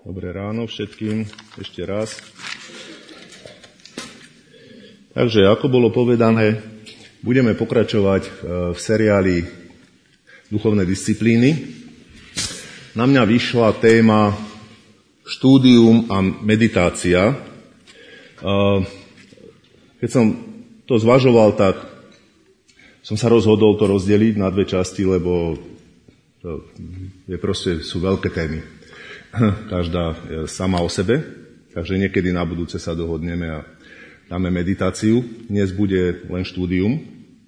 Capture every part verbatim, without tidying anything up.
Dobré ráno všetkým, ešte raz. Takže, ako bolo povedané, budeme pokračovať v seriáli Duchovné disciplíny. Na mňa vyšla téma štúdium a meditácia. Keď som to zvažoval, tak som sa rozhodol to rozdeliť na dve časti, lebo to je proste, sú veľké témy. Každá sama o sebe, takže niekedy na budúce sa dohodneme a dáme meditáciu. Dnes bude len štúdium.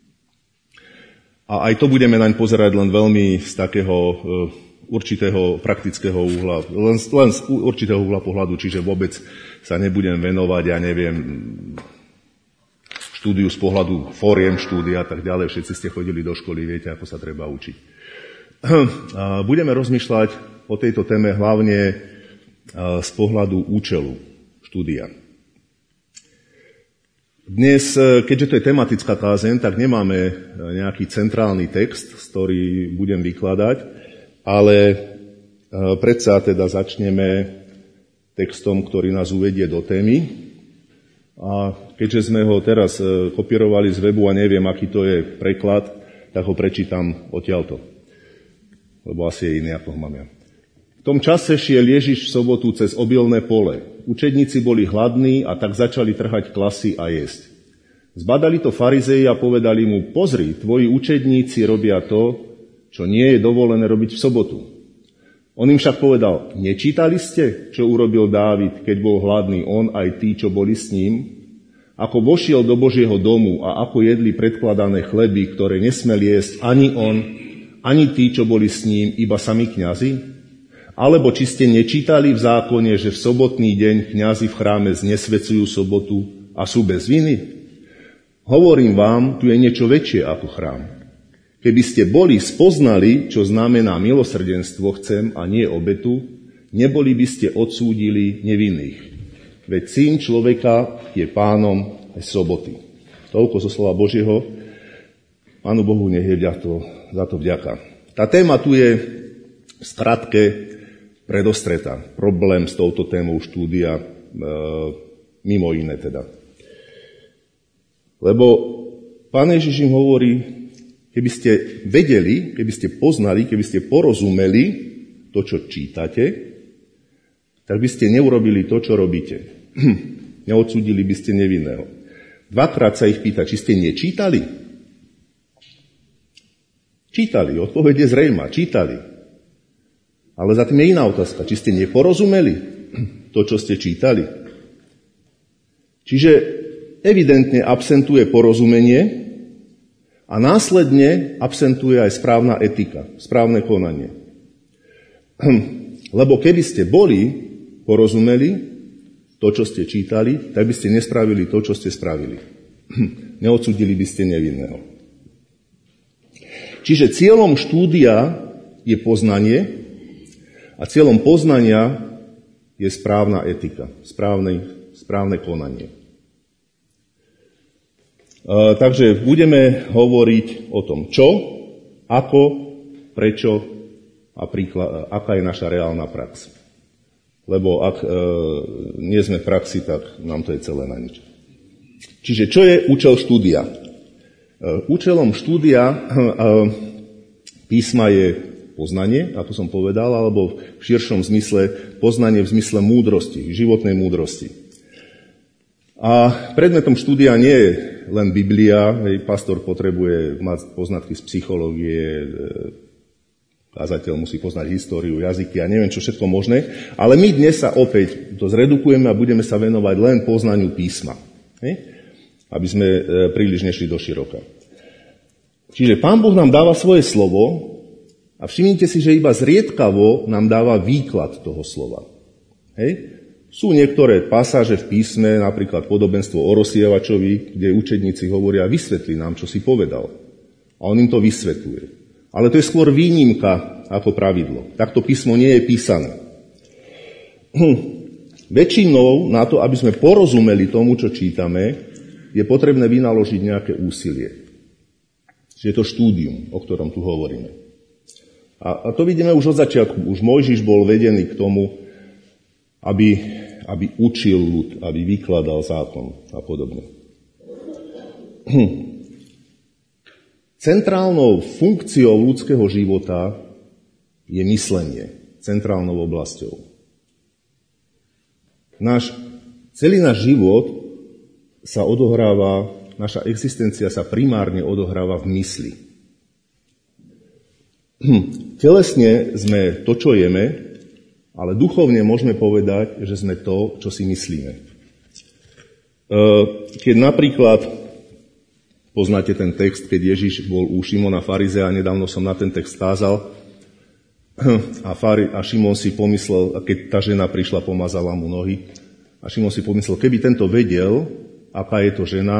A aj to budeme naň pozerať len veľmi z takého určitého praktického uhla, len, len z určitého uhla pohľadu, čiže vôbec sa nebudem venovať, ja neviem, štúdiu z pohľadu fóriem štúdia a tak ďalej. Všetci ste chodili do školy, viete, ako sa treba učiť. A budeme rozmýšľať o tejto téme hlavne z pohľadu účelu štúdia. Dnes, keďže to je tematická kázeň, tak nemáme nejaký centrálny text, z ktorý budem vykladať, ale predsa teda začneme textom, ktorý nás uvedie do témy. A keďže sme ho teraz kopírovali z webu a neviem, aký to je preklad, tak ho prečítam odtiaľto, lebo asi je iný, ako ho mám ja. V tom čase šiel Ježiš v sobotu cez obilné pole. Učedníci boli hladní a tak začali trhať klasy a jesť. Zbadali to farizei a povedali mu: pozri, tvoji učedníci robia to, čo nie je dovolené robiť v sobotu. On im však povedal: nečítali ste, čo urobil Dávid, keď bol hladný, on aj tí, čo boli s ním? Ako vošiel do Božieho domu a ako jedli predkladané chleby, ktoré nesmel jesť ani on, ani tí, čo boli s ním, iba sami kňazi? Alebo či ste nečítali v zákone, že v sobotný deň kňazi v chráme znesvecujú sobotu a sú bez viny? Hovorím vám, tu je niečo väčšie ako chrám. Keby ste boli spoznali, čo znamená milosrdenstvo chcem a nie obetu, neboli by ste odsúdili nevinných. Veď Syn človeka je pánom aj soboty. Toľko zo slova Božieho. Pánu Bohu nech je za to vďaka. Tá téma tu je v skratke predostretá. Problém s touto témou štúdia, e, mimo iné teda. Lebo Pán Ježiš im hovorí, keby ste vedeli, keby ste poznali, keby ste porozumeli to, čo čítate, tak by ste neurobili to, čo robíte. Neodsúdili by ste nevinného. Dvakrát sa ich pýta, či ste nečítali? Čítali, odpoveď je zrejmá, čítali. Ale za tým je iná otázka. Či ste neporozumeli to, čo ste čítali? Čiže evidentne absentuje porozumenie a následne absentuje aj správna etika, správne konanie. Lebo keby ste boli porozumeli to, čo ste čítali, tak by ste nespravili to, čo ste spravili. Neodsúdili by ste nevinného. Čiže cieľom štúdia je poznanie, a cieľom poznania je správna etika, správne, správne konanie. E, takže budeme hovoriť o tom, čo, ako, prečo a príklad, aká je naša reálna prax. Lebo ak e, nie sme v praxi, tak nám to je celé na nič. Čiže čo je účel štúdia? E, účelom štúdia e, písma je poznanie, ako som povedal, alebo v širšom zmysle poznanie v zmysle múdrosti, životnej múdrosti. A predmetom štúdia nie je len Biblia, hej, pastor potrebuje mať poznatky z psychológie, kázateľ musí poznať históriu, jazyky a neviem čo všetko možné, ale my dnes sa opäť to zredukujeme a budeme sa venovať len poznaniu písma, hej, aby sme príliš nešli do široka. Čiže Pán Boh nám dáva svoje slovo. A všimnite si, že iba zriedkavo nám dáva výklad toho slova. Hej? Sú niektoré pasáže v písme, napríklad podobenstvo o rozsievačovi, kde učedníci hovoria: vysvetli nám, čo si povedal. A on im to vysvetľuje. Ale to je skôr výnimka ako pravidlo. Takto písmo nie je písané. Hm. Väčšinou na to, aby sme porozumeli tomu, čo čítame, je potrebné vynaložiť nejaké úsilie. Čiže je to štúdium, o ktorom tu hovoríme. A, a to vidíme už od začiatku. Už Mojžiš bol vedený k tomu, aby, aby učil ľud, aby vykladal zákon a podobne. Centrálnou funkciou ľudského života je myslenie, centrálnou oblasťou. Náš, celý náš život sa odohráva, naša existencia sa primárne odohráva v mysli. Telesne sme to, čo jeme, ale duchovne môžeme povedať, že sme to, čo si myslíme. Keď napríklad poznáte ten text, keď Ježiš bol u Šimona farizea, nedávno som na ten text kázal, a, Fari, a Šimon si pomyslel, a keď tá žena prišla, pomazala mu nohy, a Šimon si pomyslel, keby tento vedel, aká je to žena,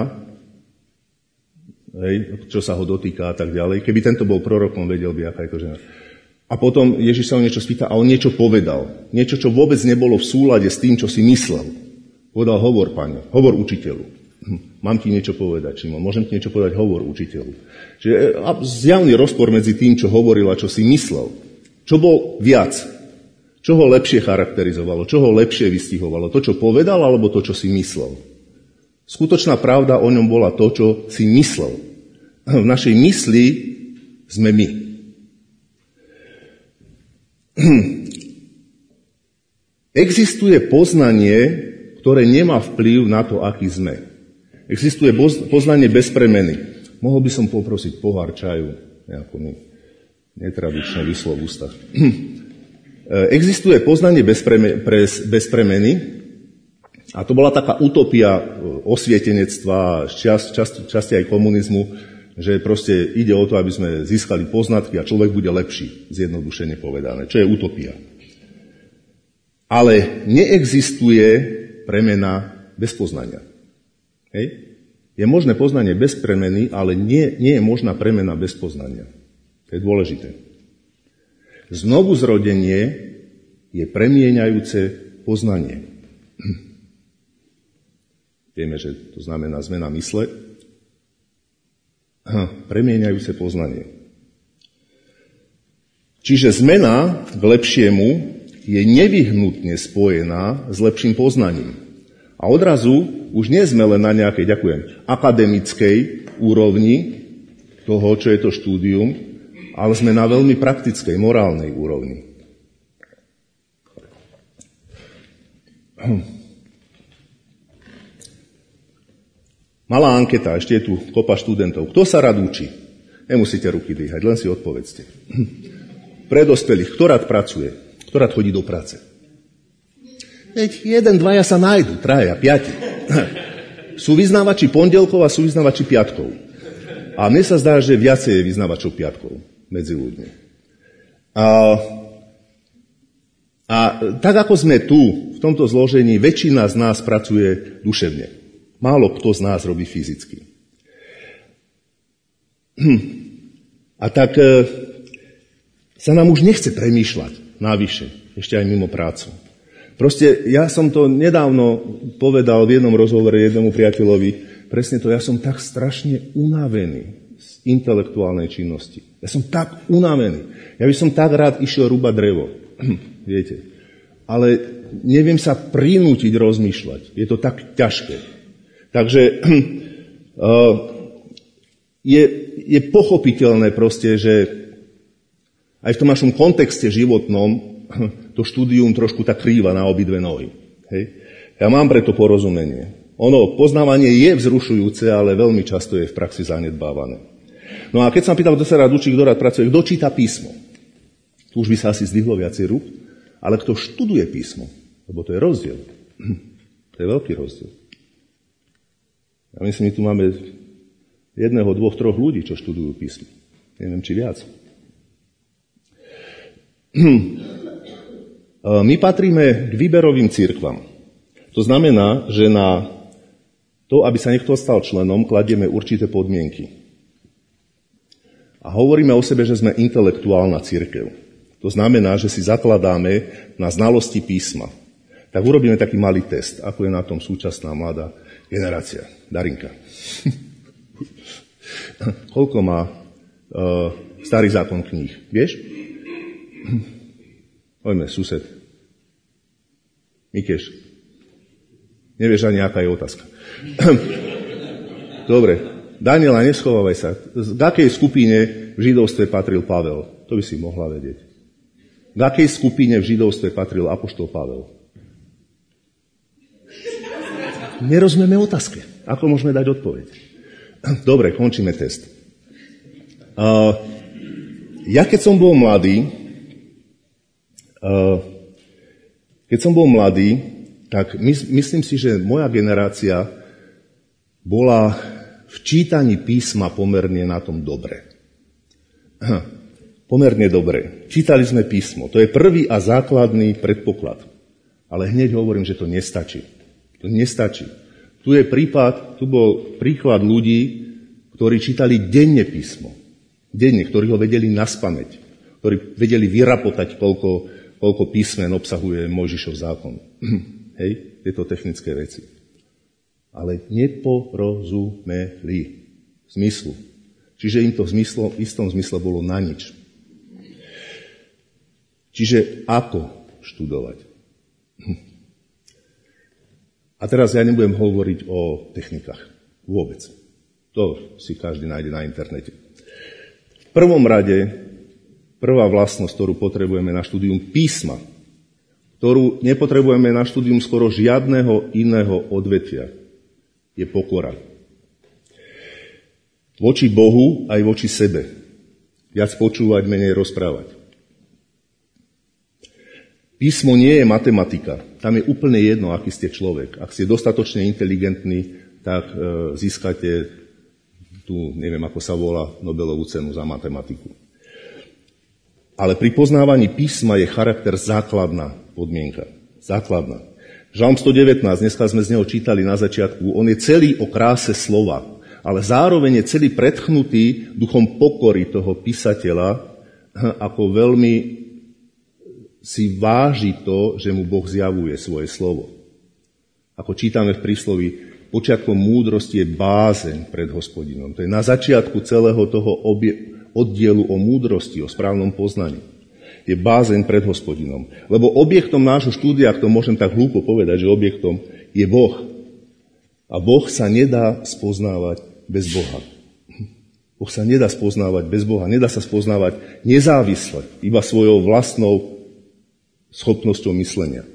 hej, čo sa ho dotýka a tak ďalej, keby tento bol prorokom, vedel by, aká je to žena. A potom Ježiš sa o niečo spýta a on niečo povedal. Niečo, čo vôbec nebolo v súlade s tým, čo si myslel. Povedal, hovor, pane, hovor učiteľu. Mám ti niečo povedať, Šimon, môžem ti niečo povedať, hovor učiteľu. Čiže zjavný rozpor medzi tým, čo hovoril a čo si myslel. Čo bol viac? Čo ho lepšie charakterizovalo? Čo ho lepšie vystihovalo? To, čo povedal, alebo to, čo si myslel? Skutočná pravda o ňom bola to, čo si myslel. V našej mysli sme my. Existuje poznanie, ktoré nemá vplyv na to, aký sme. Existuje poznanie bez premeny. Mohol by som poprosiť pohár čaju, nejako mi netradičné vyslo v ústach. Existuje poznanie bez, preme, bez premeny a to bola taká utopia osvietenectva, čas, čas, časti aj komunizmu, že proste ide o to, aby sme získali poznatky a človek bude lepší, zjednodušene povedané, čo je utopia. Ale neexistuje premena bez poznania. Hej? Je možné poznanie bez premeny, ale nie, nie je možná premena bez poznania. To je dôležité. Znovu zrodenie je premieňajúce poznanie. Vieme, že to znamená zmena mysle. Premieňajúce poznanie. Čiže zmena k lepšiemu je nevyhnutne spojená s lepším poznaním. A odrazu už nie sme len na nejakej, ďakujem, akademickej úrovni toho, čo je to štúdium, ale sme na veľmi praktickej, morálnej úrovni. Malá anketa, ešte je tu kopa študentov. Kto sa rád učí? Nemusíte ruky dvíhať, len si odpovedzte. Pre dospelých, kto rád pracuje? Kto rád chodí do práce? Veď jeden, dvaja sa nájdu, traja, piati. Sú vyznávači pondelkov a sú vyznávači piatkov. A mne sa zdá, že viacej je vyznávačov piatkov medzi ľuďmi. A, a tak ako sme tu, v tomto zložení, väčšina z nás pracuje duševne. Málo kto z nás robí fyzicky. A tak e, sa nám už nechce premýšľať navyše, ešte aj mimo prácu. Proste ja som to nedávno povedal v jednom rozhovore jednému priateľovi, presne to, ja som tak strašne unavený z intelektuálnej činnosti. Ja som tak unavený. Ja by som tak rád išiel rúbať drevo. Viete. Ale neviem sa prinútiť rozmýšľať. Je to tak ťažké. Takže je, je pochopiteľné proste, že aj v tom našom kontexte životnom to štúdium trošku tak krýva na obidve nohy. Hej. Ja mám preto porozumenie. Ono, poznávanie je vzrušujúce, ale veľmi často je v praxi zanedbávané. No a keď sa pýtal, kto sa rád učí, kto rád pracuje, kto číta písmo? Tu už by sa asi zdvihlo viacej rúk, ale kto študuje písmo? Lebo to je rozdiel. To je veľký rozdiel. Ja myslím, my tu máme jedného, dvoch, troch ľudí, čo študujú písmo. Neviem, či viac. My patríme k výberovým cirkvám. To znamená, že na to, aby sa niekto stal členom, kladieme určité podmienky. A hovoríme o sebe, že sme intelektuálna cirkev. To znamená, že si zakladáme na znalosti písma. Tak urobíme taký malý test, ako je na tom súčasná mladá generácia. Darinka. Koľko má uh, starý zákon kníh? Vieš? Poďme, sused. Mikeš, nevieš ani, aká je otázka. Dobre, Daniela, neschovávaj sa. K akej skupine v židovstve patril Pavel? To by si mohla vedieť. K akej skupine v židovstve patril apoštol Pavel? Nerozumieme otázke. Ako môžeme dať odpoveď? Dobre, končíme test. Uh, ja keď som bol mladý, uh, keď som bol mladý, tak mys- myslím si, že moja generácia bola v čítaní písma pomerne na tom dobre. Aha, pomerne dobre. Čítali sme písmo. To je prvý a základný predpoklad. Ale hneď hovorím, že to nestačí. To nestačí. Tu je prípad, tu bol príklad ľudí, ktorí čítali denne písmo. Denne, ktorí ho vedeli naspamäť. Ktorí vedeli vyrapotať, koľko, koľko písmen obsahuje Mojžišov zákon. Hej, tieto technické veci. Ale neporozumeli zmyslu. Čiže im to v, zmyslo, v istom zmysle bolo na nič. Čiže ako študovať? A teraz ja nebudem hovoriť o technikách. Vôbec. To si každý nájde na internete. V prvom rade, prvá vlastnosť, ktorú potrebujeme na štúdium písma, ktorú nepotrebujeme na štúdium skoro žiadneho iného odvetvia, je pokora. Voči Bohu aj voči sebe. Viac počúvať, menej rozprávať. Písmo nie je matematika. Tam je úplne jedno, aký ste človek. Ak ste dostatočne inteligentní, tak e, získate tú, neviem, ako sa volá, Nobelovú cenu za matematiku. Ale pri poznávaní písma je charakter základná podmienka. Základná. Žalm sto devätnásť, dneska sme z neho čítali na začiatku, on je celý o kráse slova, ale zároveň je celý predchnutý duchom pokory toho písateľa, ako veľmi si váži to, že mu Boh zjavuje svoje slovo. Ako čítame v prísloví, počiatkom múdrosti je bázeň pred Hospodinom. To je na začiatku celého toho obie, oddielu o múdrosti, o správnom poznaní. Je bázeň pred Hospodinom. Lebo objektom nášho štúdia, ak to môžem tak hlúpo povedať, že objektom je Boh. A Boh sa nedá spoznávať bez Boha. Boh sa nedá spoznávať bez Boha. Nedá sa spoznávať nezávisle, iba svojou vlastnou schopnosťou myslenia.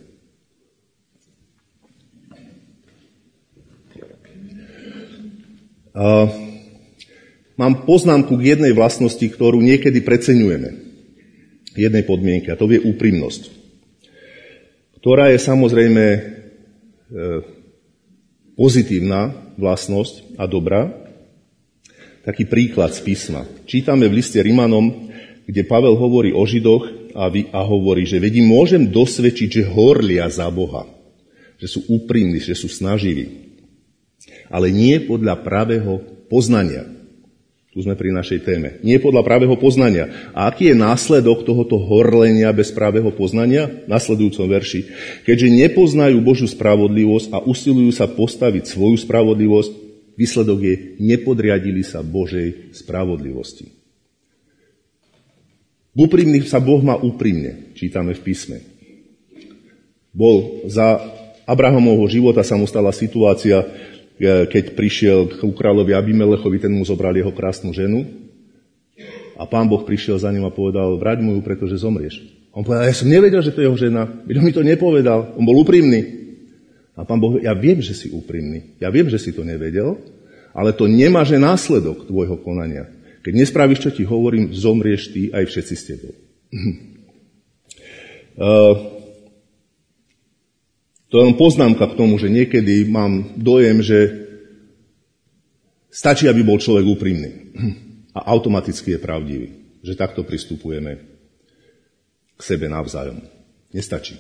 A mám poznámku k jednej vlastnosti, ktorú niekedy preceňujeme. Jednej podmienke, a to je úprimnosť. Ktorá je samozrejme e, pozitívna vlastnosť a dobrá. Taký príklad z písma. Čítame v liste Rimanom, kde Pavel hovorí o Židoch, A, vy, a hovorí, že vedím, môžem dosvedčiť, že horlia za Boha, že sú úprimní, že sú snaživí, ale nie podľa pravého poznania. Tu sme pri našej téme. Nie podľa pravého poznania. A aký je následok tohoto horlenia bez pravého poznania? V nasledujúcom verši. Keďže nepoznajú Božiu spravodlivosť a usilujú sa postaviť svoju spravodlivosť, výsledok je, nepodriadili sa Božej spravodlivosti. Úprimných sa Boh má úprimne, čítame v písme. Bol za Abrahamovho života sa mu stala situácia, keď prišiel k kráľovi Abimelechovi, ten mu zobral jeho krásnu ženu a Pán Boh prišiel za ním a povedal, vrať mu ju, pretože zomrieš. On povedal, ja som nevedel, že to je jeho žena, veď on mi to nepovedal, on bol úprimný. A Pán Boh, ja viem, že si úprimný, ja viem, že si to nevedel, ale to nemá, že následok tvojho konania. Keď nespravíš, čo ti hovorím, zomrieš ty aj všetci s tebou. uh, to je len poznámka k tomu, že niekedy mám dojem, že stačí, aby bol človek úprimný. A automaticky je pravdivý. Že takto pristupujeme k sebe navzájom. Nestačí.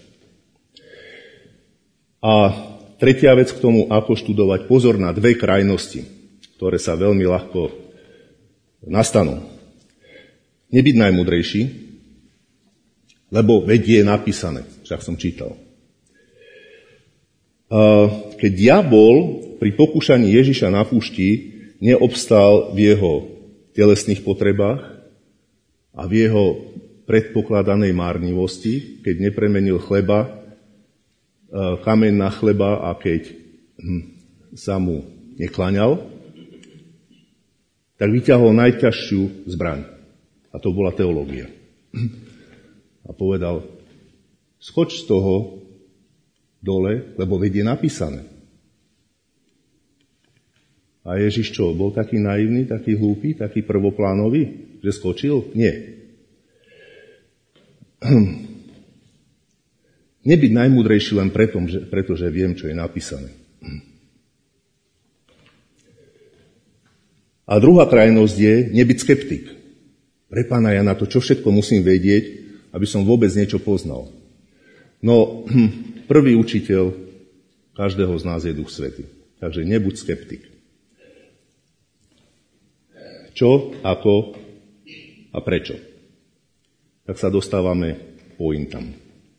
A tretia vec k tomu, ako študovať. Pozor na dve krajnosti, ktoré sa veľmi ľahko nastanú. Nebyť najmudrejší, lebo veď je napísané, však som čítal. Keď diabol pri pokúšaní Ježiša na púšti neobstál v jeho telesných potrebách a v jeho predpokladanej márnivosti, keď nepremenil chleba kameň na chleba a keď sa mu nekláňal, tak vyťahol najťažšiu zbraň. A to bola teológia. A povedal, skoč z toho dole, lebo veď je napísané. A Ježiš čo, bol taký naivný, taký hlúpy, taký prvoplánový, že skočil? Nie. Nebyť najmúdrejší len preto, že, pretože viem, čo je napísané. A druhá krajnosť je nebyť skeptik. Pre Pána ja na to, čo všetko musím vedieť, aby som vôbec niečo poznal. No, prvý učiteľ každého z nás je Duch Svätý. Takže nebuď skeptik. Čo, ako a prečo? Tak sa dostávame k pointám.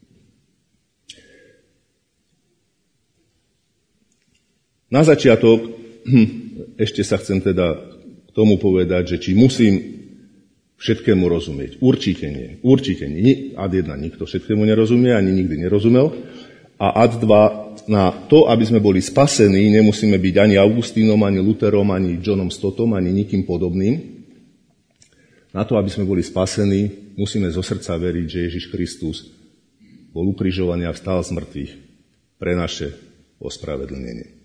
Na začiatok ešte sa chcem teda k tomu povedať, že či musím všetkému rozumieť. Určite nie. Určite nie. Ad jedna, nikto všetkému nerozumie, ani nikdy nerozumel. A ad dva, na to, aby sme boli spasení, nemusíme byť ani Augustínom, ani Lutherom, ani Johnom Stottom, ani nikým podobným. Na to, aby sme boli spasení, musíme zo srdca veriť, že Ježiš Kristus bol ukrižovaný a vstal z mŕtvych pre naše ospravedlnenie.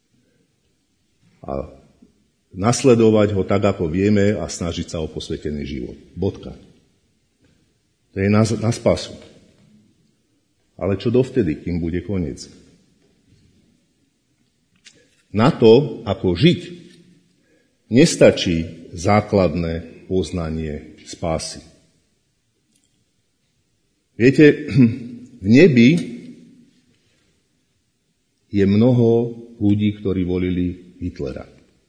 A nasledovať ho tak, ako vieme a snažiť sa o posvetený život. Bodka. To je na, na spasu. Ale čo dovtedy, kým bude koniec? Na to, ako žiť, nestačí základné poznanie spásy. Viete, v nebi je mnoho ľudí, ktorí volili Hitlera.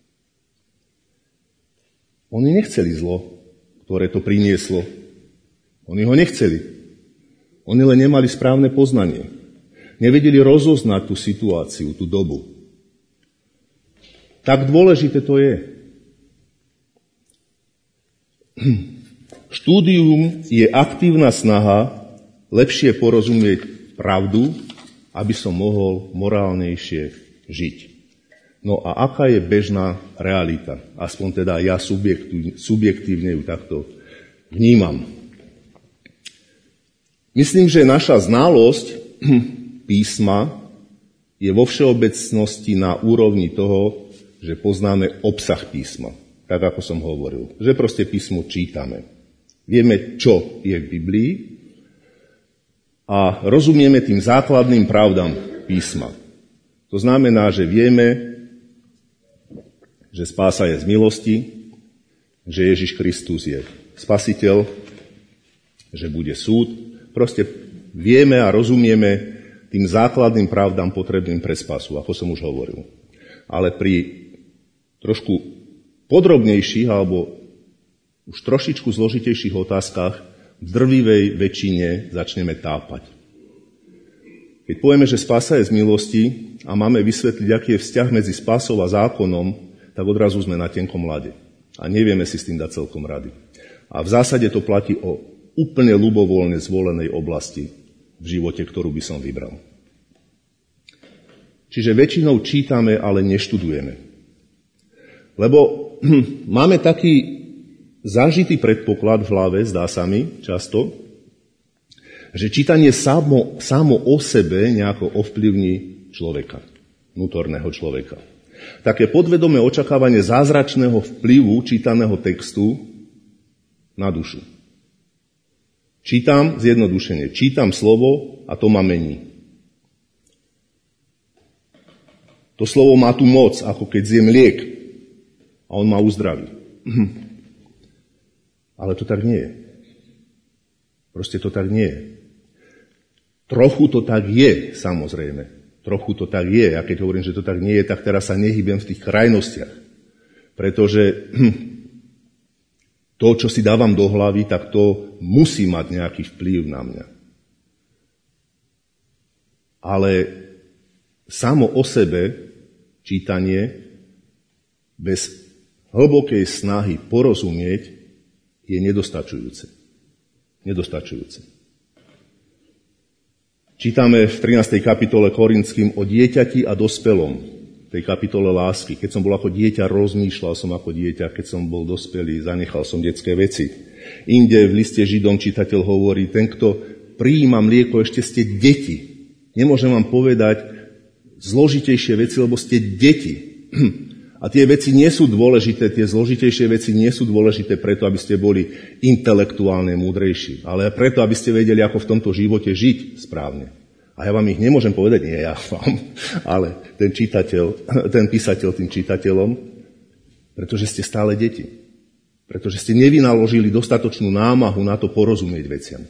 Oni nechceli zlo, ktoré to prinieslo. Oni ho nechceli. Oni len nemali správne poznanie. Nevedeli rozoznať tú situáciu, tú dobu. Tak dôležité to je. Štúdium je aktívna snaha lepšie porozumieť pravdu, aby som mohol morálnejšie žiť. No a aká je bežná realita? Aspoň teda ja subjektívne ju takto vnímam. Myslím, že naša znalosť písma je vo všeobecnosti na úrovni toho, že poznáme obsah písma, tak ako som hovoril. Že proste písmo čítame. Vieme, čo je v Biblii a rozumieme tým základným pravdám písma. To znamená, že vieme, že spása je z milosti, že Ježiš Kristus je spasiteľ, že bude súd. Proste vieme a rozumieme tým základným pravdám potrebným pre spasu, ako som už hovoril. Ale pri trošku podrobnejších alebo už trošičku zložitejších otázkach v drvivej väčšine začneme tápať. Keď povieme, že spása je z milosti a máme vysvetliť, aký je vzťah medzi spásou a zákonom, tak odrazu sme na tenkom ľade. A nevieme si s tým dať celkom rady. A v zásade to platí o úplne ľubovoľne zvolenej oblasti v živote, ktorú by som vybral. Čiže väčšinou čítame, ale neštudujeme. Lebo hm, máme taký zažitý predpoklad v hlave, zdá sa mi často, že čítanie samo, samo o sebe nejako ovplyvní človeka, vnútorného človeka. Také podvedomé očakávanie zázračného vplyvu čítaného textu na dušu. Čítam, zjednodušene, čítam slovo a to ma mení. To slovo má tú moc, ako keď zjem liek a on ma uzdraví. Ale to tak nie je. Proste to tak nie je. Trochu to tak je, samozrejme. Trochu to tak je. A keď hovorím, že to tak nie je, tak teraz sa nehybem v tých krajnostiach. Pretože to, čo si dávam do hlavy, tak to musí mať nejaký vplyv na mňa. Ale samo o sebe čítanie bez hlbokej snahy porozumieť je nedostačujúce. Nedostačujúce. Čítame v trinástej kapitole Korinským o dieťati a dospelom, tej kapitole lásky. Keď som bol ako dieťa, rozmýšľal som ako dieťa, keď som bol dospelý, zanechal som detské veci. Inde v liste Židom čitateľ hovorí, ten, kto prijíma mlieko, ešte ste deti. Nemôžem vám povedať zložitejšie veci, lebo ste deti. A tie veci nie sú dôležité, tie zložitejšie veci nie sú dôležité preto, aby ste boli intelektuálne múdrejší, ale preto, aby ste vedeli, ako v tomto živote žiť správne. A ja vám ich nemôžem povedať, nie ja vám, ale ten čitateľ, ten písateľ tým čitateľom, pretože ste stále deti. Pretože ste nevynaložili dostatočnú námahu na to porozumieť veciam.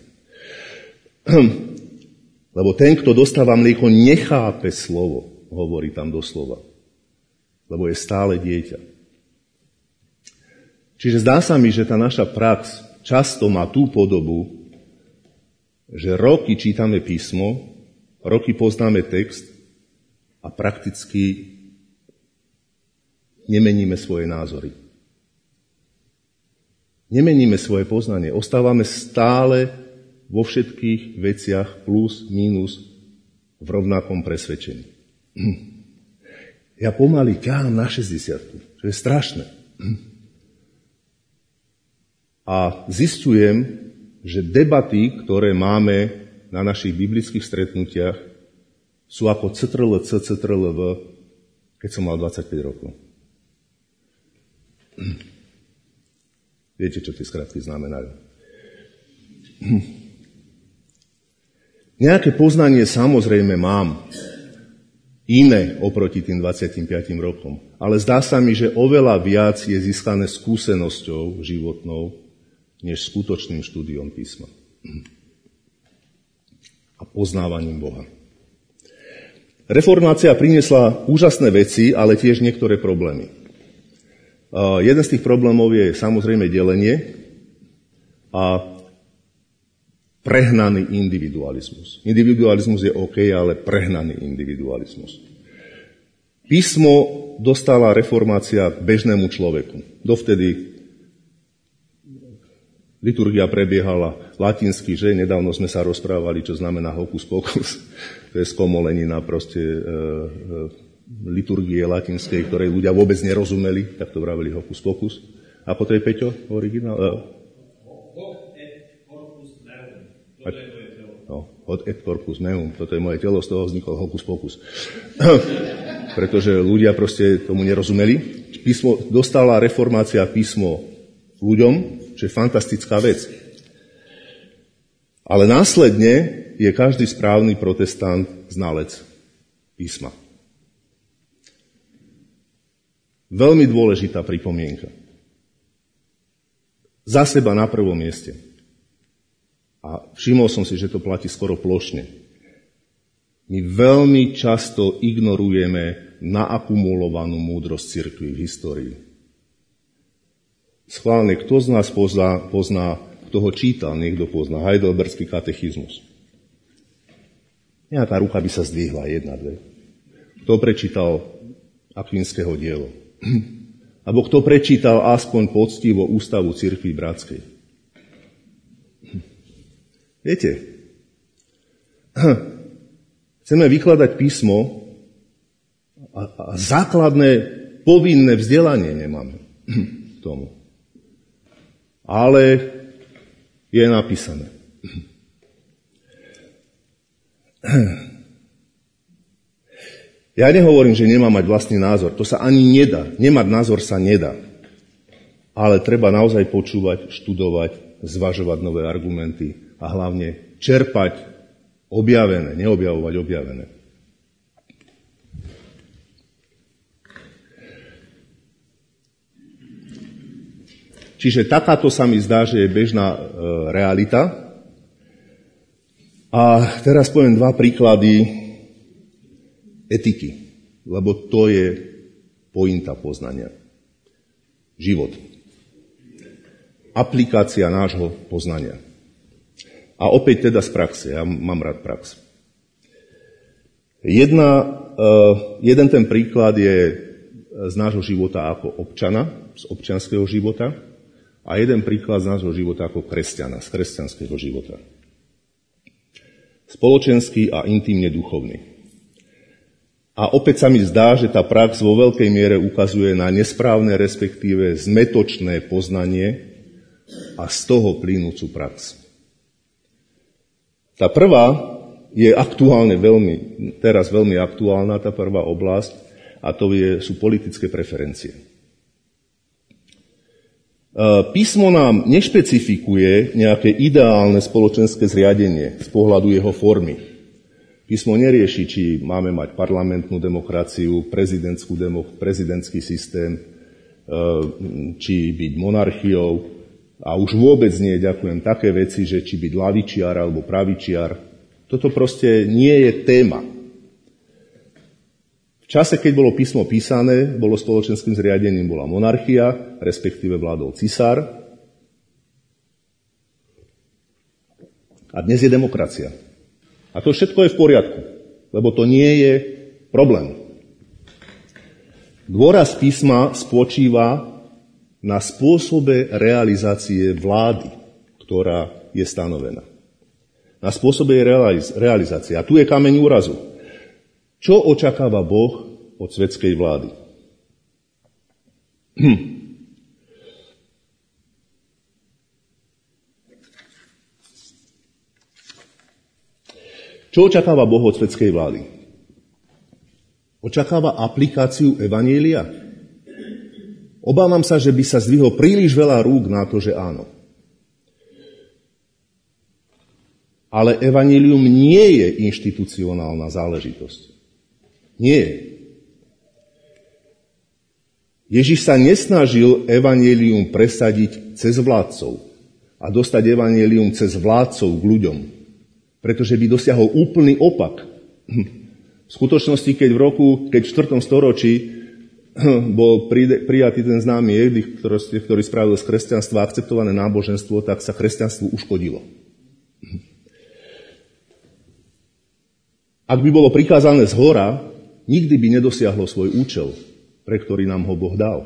Lebo ten, kto dostáva mlieko, nechápe slovo, hovorí tam doslova. Lebo je stále dieťa. Čiže zdá sa mi, že tá naša prax často má tú podobu, že roky čítame písmo, roky poznáme text a prakticky nemeníme svoje názory. Nemeníme svoje poznanie. Ostávame stále vo všetkých veciach plus, mínus v rovnakom presvedčení. Ja pomaly ťahám na šesťdesiatku, čo je strašné. A zisťujem, že debaty, ktoré máme na našich biblických stretnutiach, sú ako cé té el cé, cé té el vé, keď som mal dvadsaťpäť rokov. Viete, čo tie skratky znamenajú. Nejaké poznanie samozrejme mám, iné oproti tým dvadsiatim piatim rokom. Ale zdá sa mi, že oveľa viac je získané skúsenosťou životnou, než skutočným štúdiom písma. A poznávaním Boha. Reformácia priniesla úžasné veci, ale tiež niektoré problémy. Uh, jeden z tých problémov je samozrejme delenie a prehnaný individualizmus. Individualizmus je OK, ale prehnaný individualizmus. Písmo dostala reformácia k bežnému človeku. Dovtedy liturgia prebiehala latinsky, že? Nedávno sme sa rozprávali, čo znamená hokus pokus. To je skomolenina proste e, e, liturgie latinskej, ktorej ľudia vôbec nerozumeli, tak to vraveli hokus pokus. Ako to je, Peťo, originál? E, No, od et corpus meum, toto je moje telo, z toho vznikol hokus pokus. Pretože ľudia proste tomu nerozumeli. Písmo, dostala reformácia písmo ľuďom, čo je fantastická vec. Ale následne je každý správny protestant znalec písma. Veľmi dôležitá pripomienka. Za seba na prvom mieste. A všimol som si, že to platí skoro plošne. My veľmi často ignorujeme naakumulovanú múdrosť cirkvi v histórii. Schválne, kto z nás pozná, pozná, kto ho čítal, niekto pozná Heidelberský katechizmus. Nejaká ruka by sa zdvihla, jedna, dve. Kto prečítal Akvinského dielo? Alebo kto prečítal aspoň poctivo ústavu cirkvi bratskej? Viete, chceme vykladať písmo a, a základné povinné vzdelanie nemáme k tomu. Ale je napísané. Ja nehovorím, že nemá mať vlastný názor. To sa ani nedá. Nemať názor sa nedá. Ale treba naozaj počúvať, študovať, zvažovať nové argumenty a hlavne čerpať objavené, neobjavovať objavené. Čiže takáto sa mi zdá, že je bežná e, realita. A teraz poviem dva príklady etiky, lebo to je pointa poznania. Život. Aplikácia nášho poznania. A opäť teda z praxe. Ja mám rád prax. Jedna, uh, jeden ten príklad je z nášho života ako občana, z občianskeho života, a jeden príklad z nášho života ako kresťana, z kresťanského života. spoločenský a intimne duchovný. A opäť sa mi zdá, že tá prax vo veľkej miere ukazuje na nesprávne, respektíve zmetočné poznanie a z toho plynúcu prax. Tá prvá je aktuálne veľmi, teraz veľmi aktuálna, tá prvá oblasť, a to je, sú politické preferencie. Písmo nám nešpecifikuje nejaké ideálne spoločenské zriadenie z pohľadu jeho formy. Písmo nerieši, či máme mať parlamentnú demokraciu, prezidentskú demo, prezidentský systém, či byť monarchiou. A už vôbec nie, ďakujem, také veci, že či byť lavičiar alebo pravičiar. Toto proste nie je téma. V čase, keď bolo písmo písané, bolo spoločenským zriadením bola monarchia, respektíve vládol cisár. A dnes je demokracia. A to všetko je v poriadku, lebo to nie je problém. Dôraz písma spočíva na spôsobe realizácie vlády, ktorá je stanovená. Na spôsobe realiz- realizácie. A tu je kameň úrazu. Čo očakáva Boh od svetskej vlády? Hm. Čo očakáva Boh od svetskej vlády? Očakáva aplikáciu evanjelia? Obávam sa, že by sa zdvihlo príliš veľa rúk na to, že áno. Ale evanjelium nie je inštitucionálna záležitosť. Nie. Ježiš sa nesnažil evanjelium presadiť cez vládcov a dostať evanjelium cez vládcov k ľuďom, pretože by dosiahol úplný opak. V skutočnosti, keď v roku, keď v štvrtom storočí bol prijatý ten známy edikt, ktorý, ktorý spravil z kresťanstva akceptované náboženstvo, tak sa kresťanstvu uškodilo. Ak by bolo prikázané zhora, nikdy by nedosiahlo svoj účel, pre ktorý nám ho Boh dal.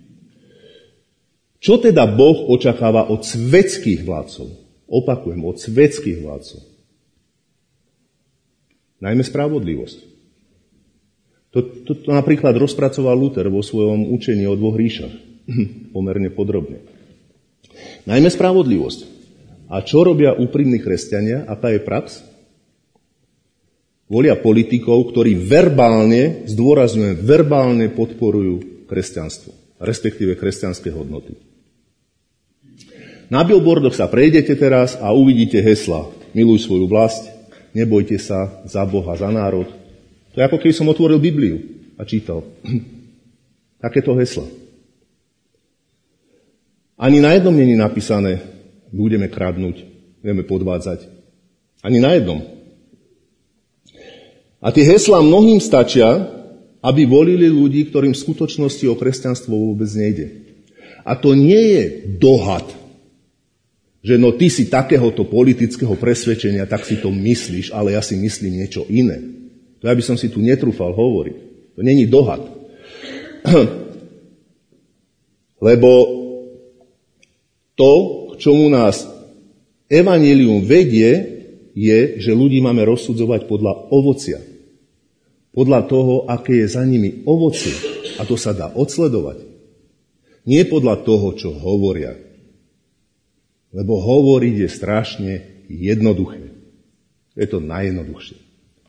Čo teda Boh očakáva od svetských vládcov? Opakujem, od svetských vládcov. Najmä spravodlivosť. To, to, to napríklad rozpracoval Luther vo svojom učení o dvoch ríšach. Pomerne podrobne. Najmä spravodlivosť. A čo robia úprimní kresťania? Aká je prax? Volia politikov, ktorí verbálne, zdôrazňujem, verbálne podporujú kresťanstvo, respektíve kresťanské hodnoty. Na billboardoch sa prejdete teraz a uvidíte hesla. Miluj svoju vlast, nebojte sa, za Boha, za národ. To je ako keď som otvoril Bibliu a čítal. Takéto hesla. Ani na jednom nie je napísané, budeme kradnúť, budeme podvádzať. Ani na jednom. A tie heslá mnohým stačia, aby volili ľudí, ktorým v skutočnosti o kresťanstvo vôbec nejde. A to nie je dohad, že no ty si takéhoto politického presvedčenia, tak si to myslíš, ale ja si myslím niečo iné. To ja by som si tu netrúfal hovoriť. To není dohad. Lebo to, k čomu nás evanjelium vedie, je, že ľudí máme rozsudzovať podľa ovocia. Podľa toho, aké je za nimi ovocie. A to sa dá odsledovať. Nie podľa toho, čo hovoria. Lebo hovoriť je strašne jednoduché. Je to najjednoduchšie.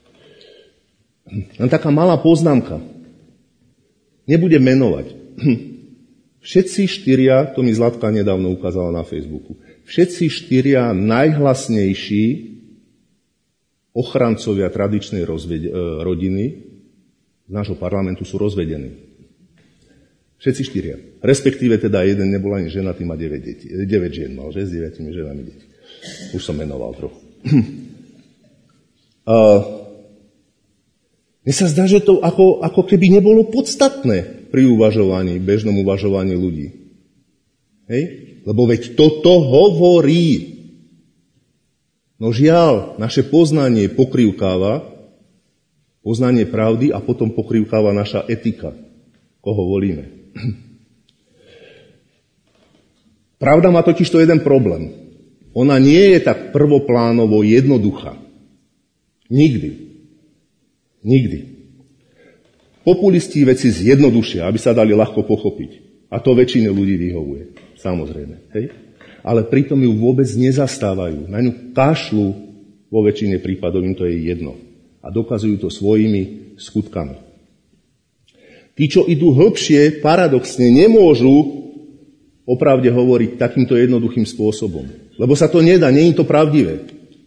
Len taká malá poznámka. Nebudem menovať. Všetci štyria, to mi Zlatka nedávno ukázala na Facebooku, všetci štyria najhlasnejší ochrancovia tradičnej rozvede, rodiny z nášho parlamentu sú rozvedení. Všetci štyria. Respektíve teda jeden nebol ani ženatý, má deväť detí. deväť žien mal, že? S deviatimi ženami detí. Už som menoval trochu. A mne sa zdá, že to ako, ako keby nebolo podstatné pri uvažovaní, bežnom uvažovaní ľudí. Hej? Lebo veď toto hovorí. No žiaľ, naše poznanie pokrývkáva, poznanie pravdy a potom pokrývkáva naša etika, koho volíme. Pravda má totiž to jeden problém. Ona nie je tak prvoplánovo jednoduchá. Nikdy. Nikdy. Populisti veci zjednodušia, aby sa dali ľahko pochopiť. A to väčšine ľudí vyhovuje. Samozrejme. Hej? Ale pritom ju vôbec nezastávajú. Na ňu kašľú, vo väčšine prípadov im to je jedno. A dokazujú to svojimi skutkami. Tí, čo idú hlbšie, paradoxne nemôžu opravde hovoriť takýmto jednoduchým spôsobom. Lebo sa to nedá, nie je to pravdivé.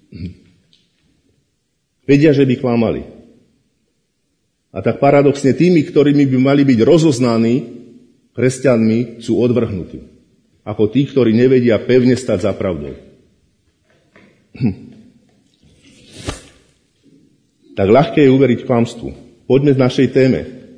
Vedia, že by klamali. A tak paradoxne tými, ktorými by mali byť rozoznaní kresťanmi, sú odvrhnutí. Ako tí, ktorí nevedia pevne stať za pravdou. Tak ľahké je uveriť klamstvu. Poďme k našej téme.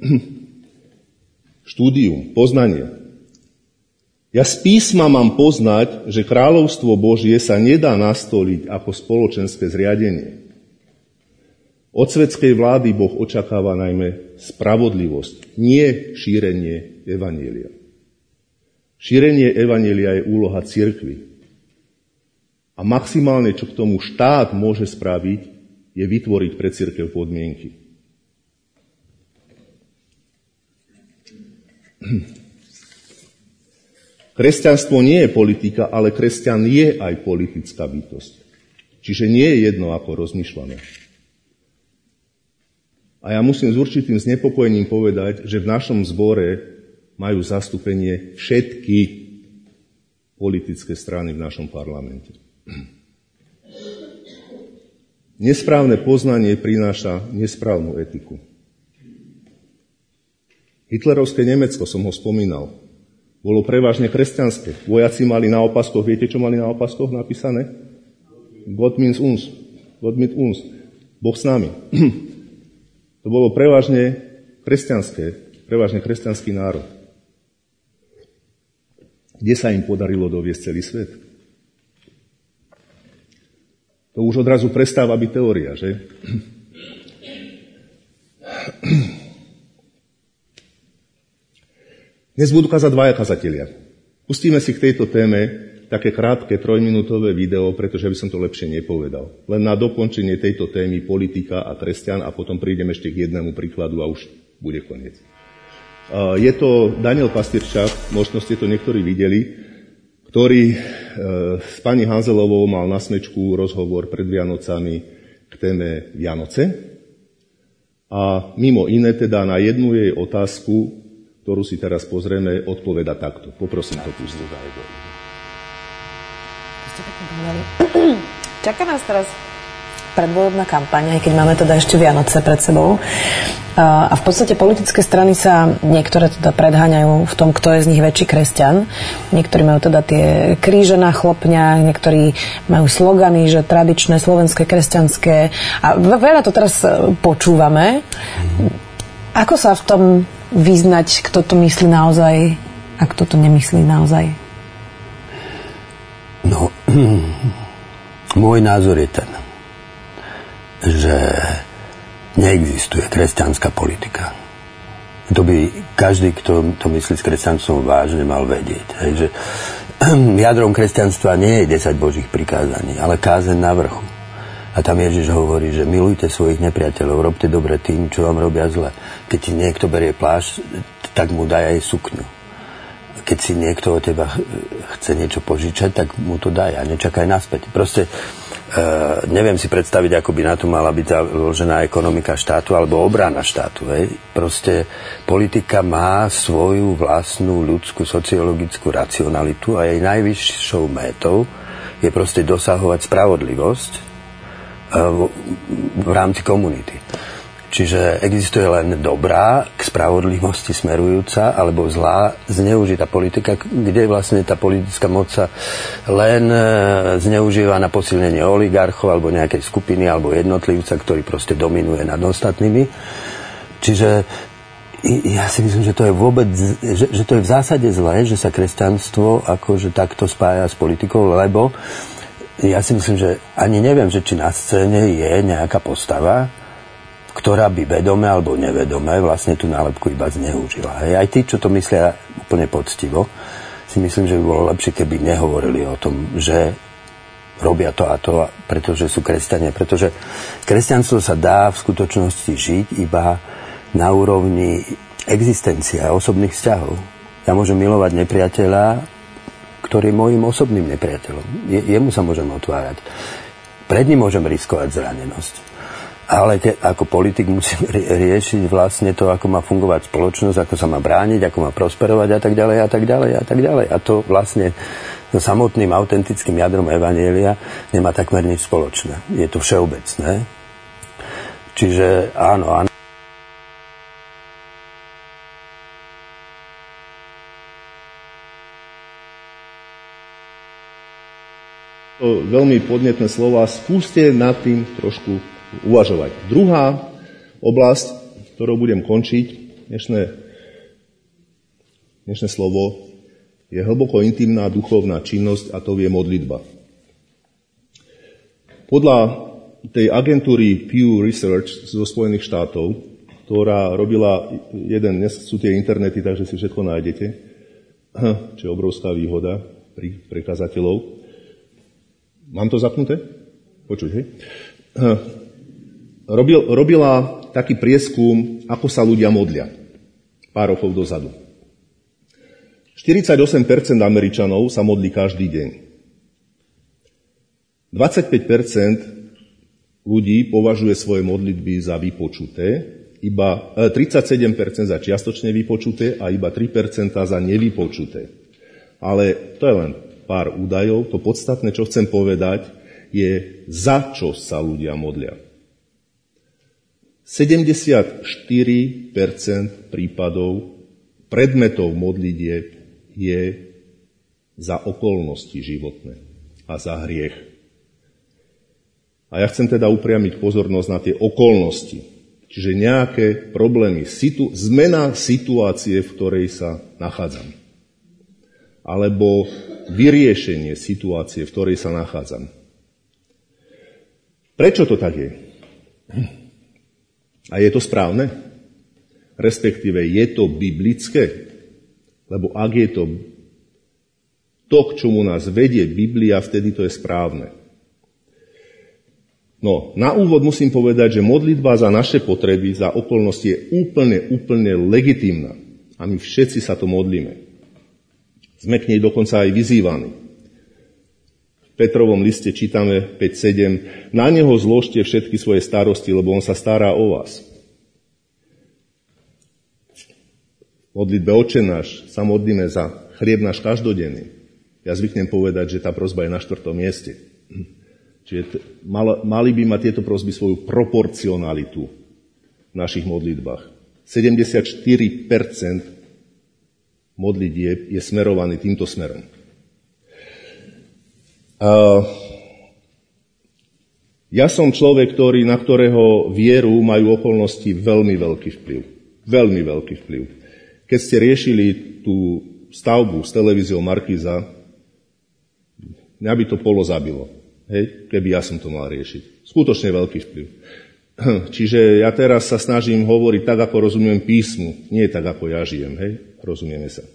Štúdium, poznanie. Ja z písma mám poznať, že kráľovstvo Božie sa nedá nastoliť ako spoločenské zriadenie. Od svetskej vlády Boh očakáva najmä spravodlivosť, nie šírenie evanjelia. Šírenie evanjelia je úloha cirkvi. A maximálne, čo k tomu štát môže spraviť, je vytvoriť pre cirkev podmienky. Kresťanstvo nie je politika, ale kresťan je aj politická bytosť. Čiže nie je jedno, ako rozmýšľame. A ja musím s určitým znepokojením povedať, že v našom zbore majú zastúpenie všetky politické strany v našom parlamente. Nesprávne poznanie prináša nesprávnu etiku. Hitlerovské Nemecko, som ho spomínal, bolo prevažne kresťanské. Vojaci mali na opaskoch, viete, čo mali na opaskoch napísané? Gott means uns. Gott mit uns. Boh s nami. To bolo prevažne kresťanské, prevažne kresťanský národ. Kde sa im podarilo doviesť celý svet? To už odrazu prestáva byť teória, že? Dnes budú kázať dvaja kazatelia. Pustíme si k tejto téme také krátke trojminútové video, pretože by som to lepšie nepovedal. Len na dokončenie tejto témy politika a kresťan a potom prídem ešte k jednému príkladu a už bude koniec. Je to Daniel Pastierčák, možno ste to niektorí videli, ktorý s pani Hanzelovou mal na smečku rozhovor pred Vianocami k téme Vianoce. A mimo iné teda na jednu jej otázku, ktorú si teraz pozrieme, odpoveda takto. Poprosím to pustiť. Čaká nás teraz predvolebná kampaň, aj keď máme teda ešte Vianoce pred sebou. A v podstate politické strany sa niektoré teda predháňajú v tom, kto je z nich väčší kresťan. Niektorí majú teda tie kríže na chlopňách, niektorí majú slogany, že tradičné, slovenské, kresťanské. A veľa to teraz počúvame. Ako sa v tom vyznať, kto to myslí naozaj a kto to nemyslí naozaj? No, môj názor je ten, že neexistuje kresťanská politika. To by každý, kto to myslí s kresťanstvom vážne, mal vedieť. Hej, že jadrom kresťanstva nie je desať Božích prikázaní, ale kázeň na vrchu. A tam Ježiš hovorí, že milujte svojich nepriateľov, robte dobre tým, čo vám robia zle. Keď ti niekto berie plášť, tak mu daj aj sukňu. Keď si niekto od teba chce niečo požičať, tak mu to daj a nečakaj naspäť. Proste Uh, neviem si predstaviť, ako by na to mala byť založená ekonomika štátu alebo obrana štátu. Hej. Proste politika má svoju vlastnú ľudskú sociologickú racionalitu a jej najvyššou métou je proste dosahovať spravodlivosť uh, v, v rámci komunity. Čiže existuje len dobrá, k spravodlivosti smerujúca, alebo zlá, zneužitá politika, kde vlastne tá politická moc sa len zneužíva na posilnenie oligarchov, alebo nejakej skupiny, alebo jednotlivca, ktorý proste dominuje nad ostatnými. Čiže ja si myslím, že to je vôbec, že, že to je v zásade zlé, že sa kresťanstvo akože takto spája s politikou, lebo ja si myslím, že ani neviem, že či na scéne je nejaká postava, ktorá by vedome alebo nevedome vlastne tú nálepku iba zneužila. Hej. Aj tí, čo to myslia úplne poctivo, si myslím, že by bolo lepšie, keby nehovorili o tom, že robia to a to, pretože sú kresťania. Pretože kresťanstvo sa dá v skutočnosti žiť iba na úrovni existencie a osobných vzťahov. Ja môžem milovať nepriateľa, ktorý je môjim osobným nepriateľom. Je, jemu sa môžem otvárať. Pred ním môžem riskovať zranenosť. Ale ke, ako politik musím riešiť vlastne to, ako má fungovať spoločnosť, ako sa má brániť, ako má prosperovať a tak ďalej a tak ďalej a tak ďalej. A to vlastne so samotným autentickým jadrom evanjelia nemá takmer nič spoločné. Je to všeobecné. Čiže áno, áno. Veľmi podnetné slova. Skúste nad tým trošku uvažovať. Druhá oblasť, ktorou budem končiť, dnešné, dnešné slovo, je hlboko intimná duchovná činnosť a to je modlitba. Podľa tej agentúry Pew Research zo Spojených štátov, ktorá robila jeden, dnes sú tie internety, takže si všetko nájdete, čo je obrovská výhoda pri prekazateľov. Mám to zapnuté? Počuť, hej? Robil, robila taký prieskum, ako sa ľudia modlia. Pár rokov dozadu. štyridsaťosem percent Američanov sa modlí každý deň. dvadsaťpäť percent ľudí považuje svoje modlitby za vypočuté, iba tridsaťsedem percent za čiastočne vypočuté a iba tri percentá za nevypočuté. Ale to je len pár údajov. To podstatné, čo chcem povedať, je, za čo sa ľudia modlia. sedemdesiatštyri percent prípadov predmetov modlitieb je za okolnosti životné a za hriech. A ja chcem teda upriamiť pozornosť na tie okolnosti. Čiže nejaké problémy, situ, zmena situácie, v ktorej sa nachádzam. Alebo vyriešenie situácie, v ktorej sa nachádzam. Prečo to tak je? A je to správne? Respektíve, je to biblické? Lebo ak je to to, k čomu nás vedie Biblia, vtedy to je správne. No, na úvod musím povedať, že modlitba za naše potreby, za okolnosti je úplne, úplne legitímna. A my všetci sa to modlíme. Sme k nej dokonca aj vyzývaní. V Petrovom liste čítame päť sedem. Na neho zložte všetky svoje starosti, lebo on sa stará o vás. V modlitbe Otče náš sa modlíme za chlieb náš každodenný. Ja zvyknem povedať, že tá prosba je na štvrtom mieste. Čiže t- mal, mali by mať tieto prosby svoju proporcionalitu v našich modlitbách. sedemdesiatštyri percent modlitieb je smerovaný týmto smerom. Uh, ja som človek, ktorý, na ktorého vieru majú okolnosti veľmi veľký vplyv. Veľmi veľký vplyv. Keď ste riešili tú stavbu s televíziou Markíza, mňa by to polo zabilo, hej, keby ja som to mal riešiť. Skutočne veľký vplyv. Čiže ja teraz sa snažím hovoriť tak, ako rozumiem písmu, nie tak, ako ja žijem, hej? Rozumieme sa.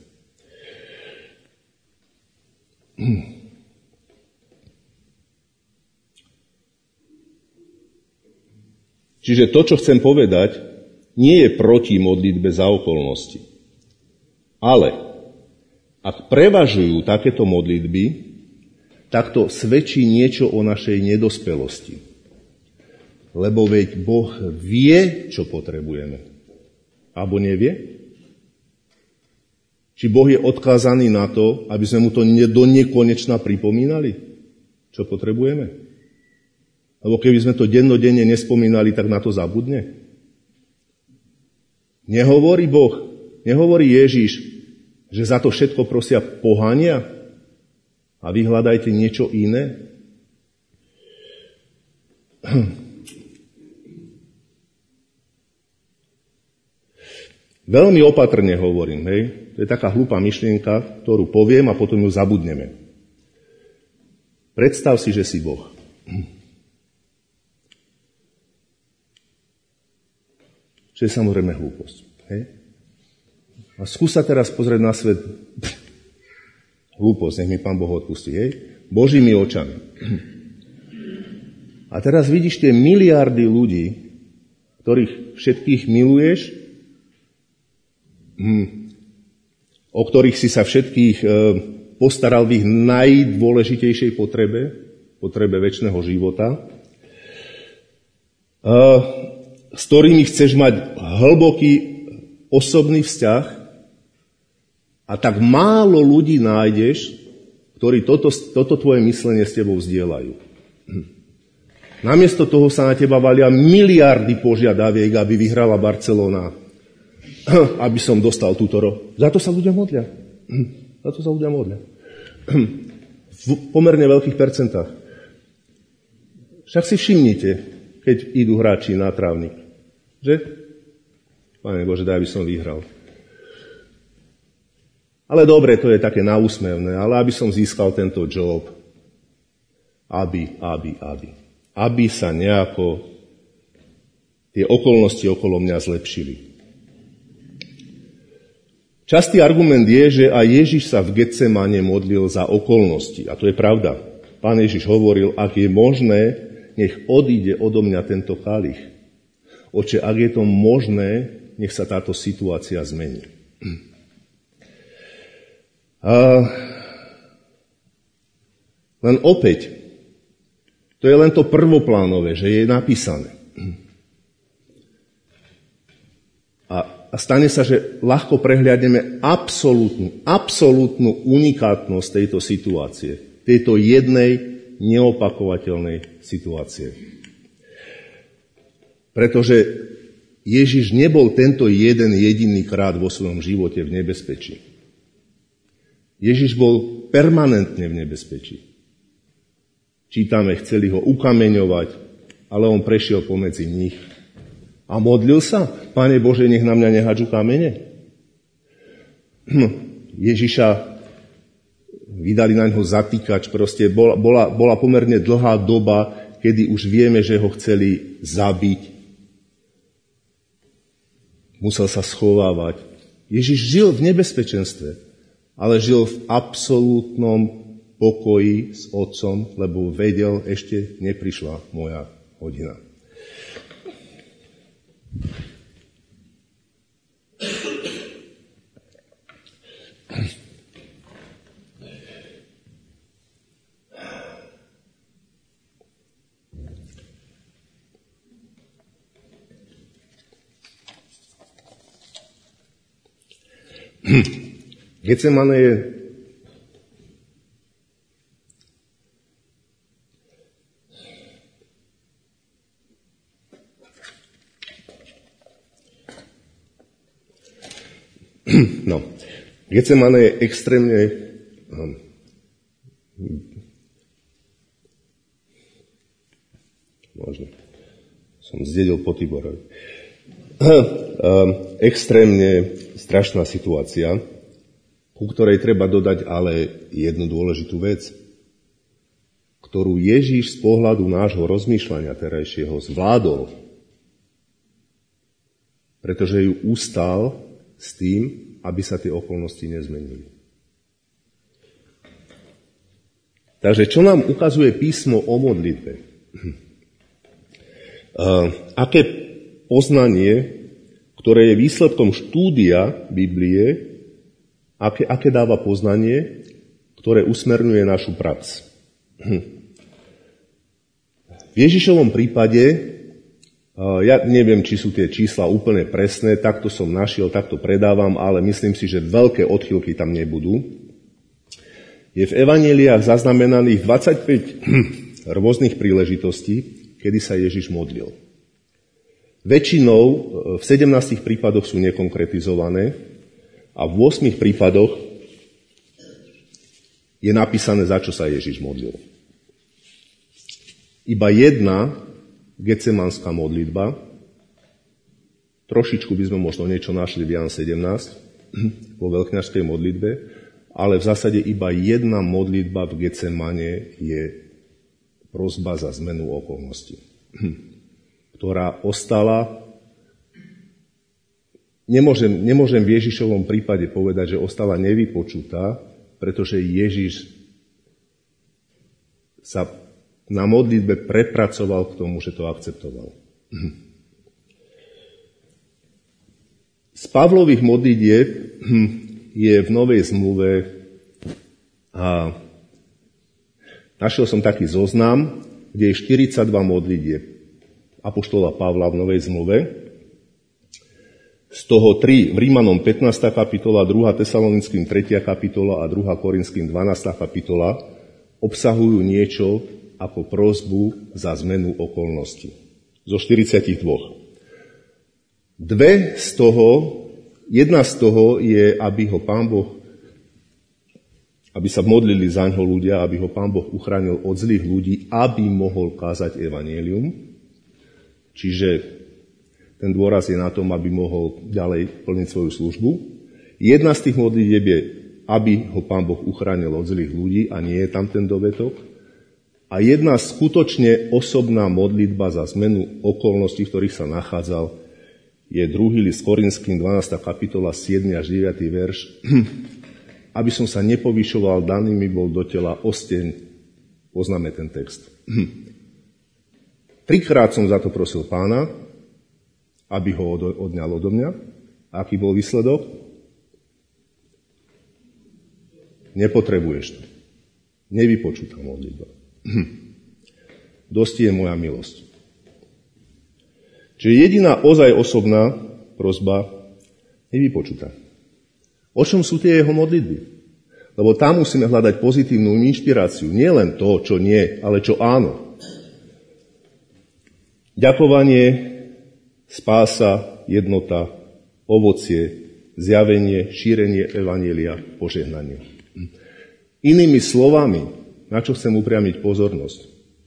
Čiže to, čo chcem povedať, nie je proti modlitbe za okolnosti. Ale ak prevažujú takéto modlitby, tak to svedčí niečo o našej nedospelosti. Lebo veď Boh vie, čo potrebujeme. Alebo nevie? Či Boh je odkázaný na to, aby sme mu to do nekonečna pripomínali, čo potrebujeme? Lebo keby sme to dennodenne nespomínali, tak na to zabudne. Nehovorí Boh, nehovorí Ježiš, že za to všetko prosia pohania a vy hľadajte niečo iné? Veľmi opatrne hovorím, hej. To je taká hlúpa myšlienka, ktorú poviem a potom ju zabudneme. Predstav si, že si Boh. Čo je samozrejme hlúposť. Hej. A skús sa teraz pozrieť na svet. Hlúposť, nech mi Pán Boh odpustí. Hej. Božími očami. A teraz vidíš tie miliardy ľudí, ktorých všetkých miluješ, o ktorých si sa všetkých postaral v ich najdôležitejšej potrebe, potrebe večného života, s ktorými chceš mať hlboký osobný vzťah a tak málo ľudí nájdeš, ktorí toto, toto tvoje myslenie s tebou zdieľajú. Namiesto toho sa na teba valia miliardy požiadaviek, aby vyhrala Barcelona, aby som dostal túto ro. Za to sa ľudia modlia. Za to sa ľudia modlia. V pomerne veľkých percentách. Však si všimnite, keď idú hráči na trávnik. Že? Pane Bože, daj, aby som vyhral. Ale dobre, to je také naúsmevné, ale aby som získal tento job. Aby, aby, aby. Aby sa nejako tie okolnosti okolo mňa zlepšili. Častý argument je, že aj Ježiš sa v Getsemane modlil za okolnosti. A to je pravda. Pán Ježiš hovoril, ak je možné, nech odíde odo mňa tento kalich. Oče, ak je to možné, nech sa táto situácia zmení. A len opäť, to je len to prvoplánové, že je napísané. A, a stane sa, že ľahko prehliadneme absolútnu, absolútnu unikátnosť tejto situácie, tejto jednej neopakovateľnej situácie. Pretože Ježiš nebol tento jeden jediný krát vo svojom živote v nebezpečí. Ježiš bol permanentne v nebezpečí. Čítame, chceli ho ukameňovať, ale on prešiel pomedzi nich. A modlil sa, Pane Bože, nech na mňa nehádžu kamene. Ježiša vydali na ňo zatýkač, proste bola, bola, bola pomerne dlhá doba, kedy už vieme, že ho chceli zabiť. Musel sa schovávať. Ježiš žil v nebezpečenstve, ale žil v absolútnom pokoji s Otcom, lebo vedel, ešte neprišla moja hodina. Getsemane je no, Getsemane je extrémne um, možno som zdedil po Tiborovi um, extrémne strašná situácia, ku ktorej treba dodať ale jednu dôležitú vec, ktorú Ježiš z pohľadu nášho rozmýšľania terajšieho zvládol, pretože ju ustál s tým, aby sa tie okolnosti nezmenili. Takže čo nám ukazuje písmo o modlitbe? Uh, aké poznanie, ktoré je výsledkom štúdia Biblie, aké, aké dáva poznanie, ktoré usmerňuje našu prax. V Ježišovom prípade, ja neviem, či sú tie čísla úplne presné, takto som našiel, takto predávam, ale myslím si, že veľké odchýlky tam nebudú. Je v evanjeliách zaznamenaných dvadsaťpäť rôznych príležitostí, kedy sa Ježiš modlil. Väčšinou v sedemnástich prípadoch sú nekonkretizované a v ôsmich prípadoch je napísané, za čo sa Ježiš modlil. Iba jedna getsemanská modlitba, trošičku by sme možno niečo našli v Ján sedemnásť, vo veľkňažskej modlitbe, ale v zásade iba jedna modlitba v Getsemane je prosba za zmenu okolností, ktorá ostala, nemôžem, nemôžem v Ježišovom prípade povedať, že ostala nevypočutá, pretože Ježiš sa na modlitbe prepracoval k tomu, že to akceptoval. Z Pavlových modlitieb je v Novej zmluve a našiel som taký zoznam, kde je štyridsaťdva modlitieb apoštola Pavla v Novej zmluve. Z toho tri v Rímanom pätnásta kapitola, druhá Tesalonickým tretia kapitola a druhá Korinským dvanásta kapitola obsahujú niečo ako prosbu za zmenu okolností. Zo štyridsaťdva. Dve z toho, jedna z toho je, aby ho Pán Boh, aby sa modlili za ňo ľudia, aby ho Pán Boh uchránil od zlých ľudí, aby mohol kázať evanjelium. Čiže ten dôraz je na tom, aby mohol ďalej plniť svoju službu. Jedna z tých modlitieb je, aby ho Pán Boh uchránil od zlých ľudí a nie je tam ten dovetok. A jedna skutočne osobná modlitba za zmenu okolností, v ktorých sa nachádzal, je druhý list Korinským dvanásta kapitola siedmy až deviaty verš. Aby som sa nepovyšoval, daný mi bol do tela osteň. Poznáme ten text. Trikrát som za to prosil Pána, aby ho odňal odo mňa. A aký bol výsledok? Nepotrebuješ to. Nevypočutá modlitba. Dosť je moja milosť. Čiže jediná ozaj osobná prosba nevypočutá. O čom sú tie jeho modlitby? Lebo tam musíme hľadať pozitívnu inšpiráciu. Nie len to, čo nie, ale čo áno. Ďakovanie, spása, jednota, ovocie, zjavenie, šírenie evanjelia, požehnanie. Inými slovami, na čo chcem upriamiť pozornosť,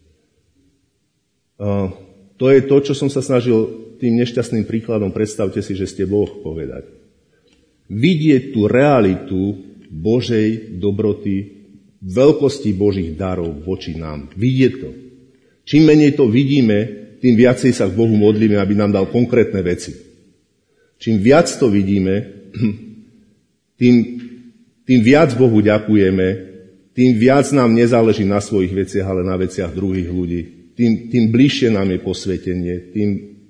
to je to, čo som sa snažil tým nešťastným príkladom, predstavte si, že ste Boh, povedať. Vidieť tú realitu Božej dobroty, veľkosti Božích darov voči nám. Vidieť to. Čím menej to vidíme, tým viacej sa k Bohu modlíme, aby nám dal konkrétne veci. Čím viac to vidíme, tým, tým viac Bohu ďakujeme, tým viac nám nezáleží na svojich veciach, ale na veciach druhých ľudí. Tým, tým bližšie nám je posvetenie, tým,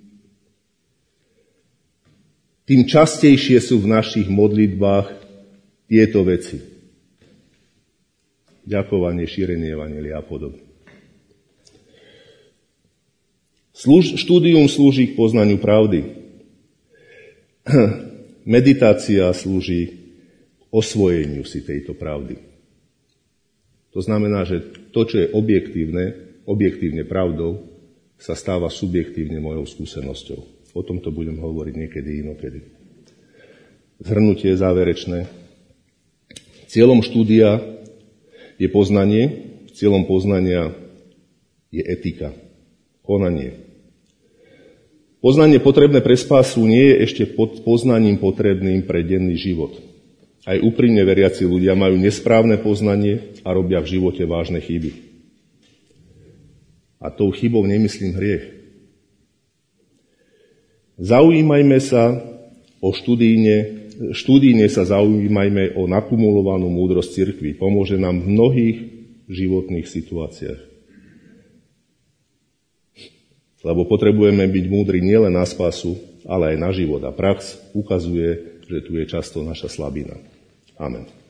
tým častejšie sú v našich modlitbách tieto veci. Ďakovanie, šírenie evanjelia a podobne. Slúž, štúdium slúži k poznaniu pravdy. Meditácia slúži k osvojeniu si tejto pravdy. To znamená, že to, čo je objektívne, objektívne pravdou, sa stáva subjektívne mojou skúsenosťou. O tomto budem hovoriť niekedy inokedy. Zhrnutie záverečné. Cieľom štúdia je poznanie, cieľom poznania je etika, konanie. Poznanie potrebné pre spásu nie je ešte pod poznaním potrebným pre denný život. Aj úprimne veriaci ľudia majú nesprávne poznanie a robia v živote vážne chyby. A tou chybou nemyslím hriech. Zaujímajme sa o študíne, študíne sa zaujímajme o nakumulovanú múdrosť cirkvi. Pomôže nám v mnohých životných situáciách. Lebo potrebujeme byť múdri nielen na spásu, ale aj na život. A prax ukazuje, že tu je často naša slabina. Amen.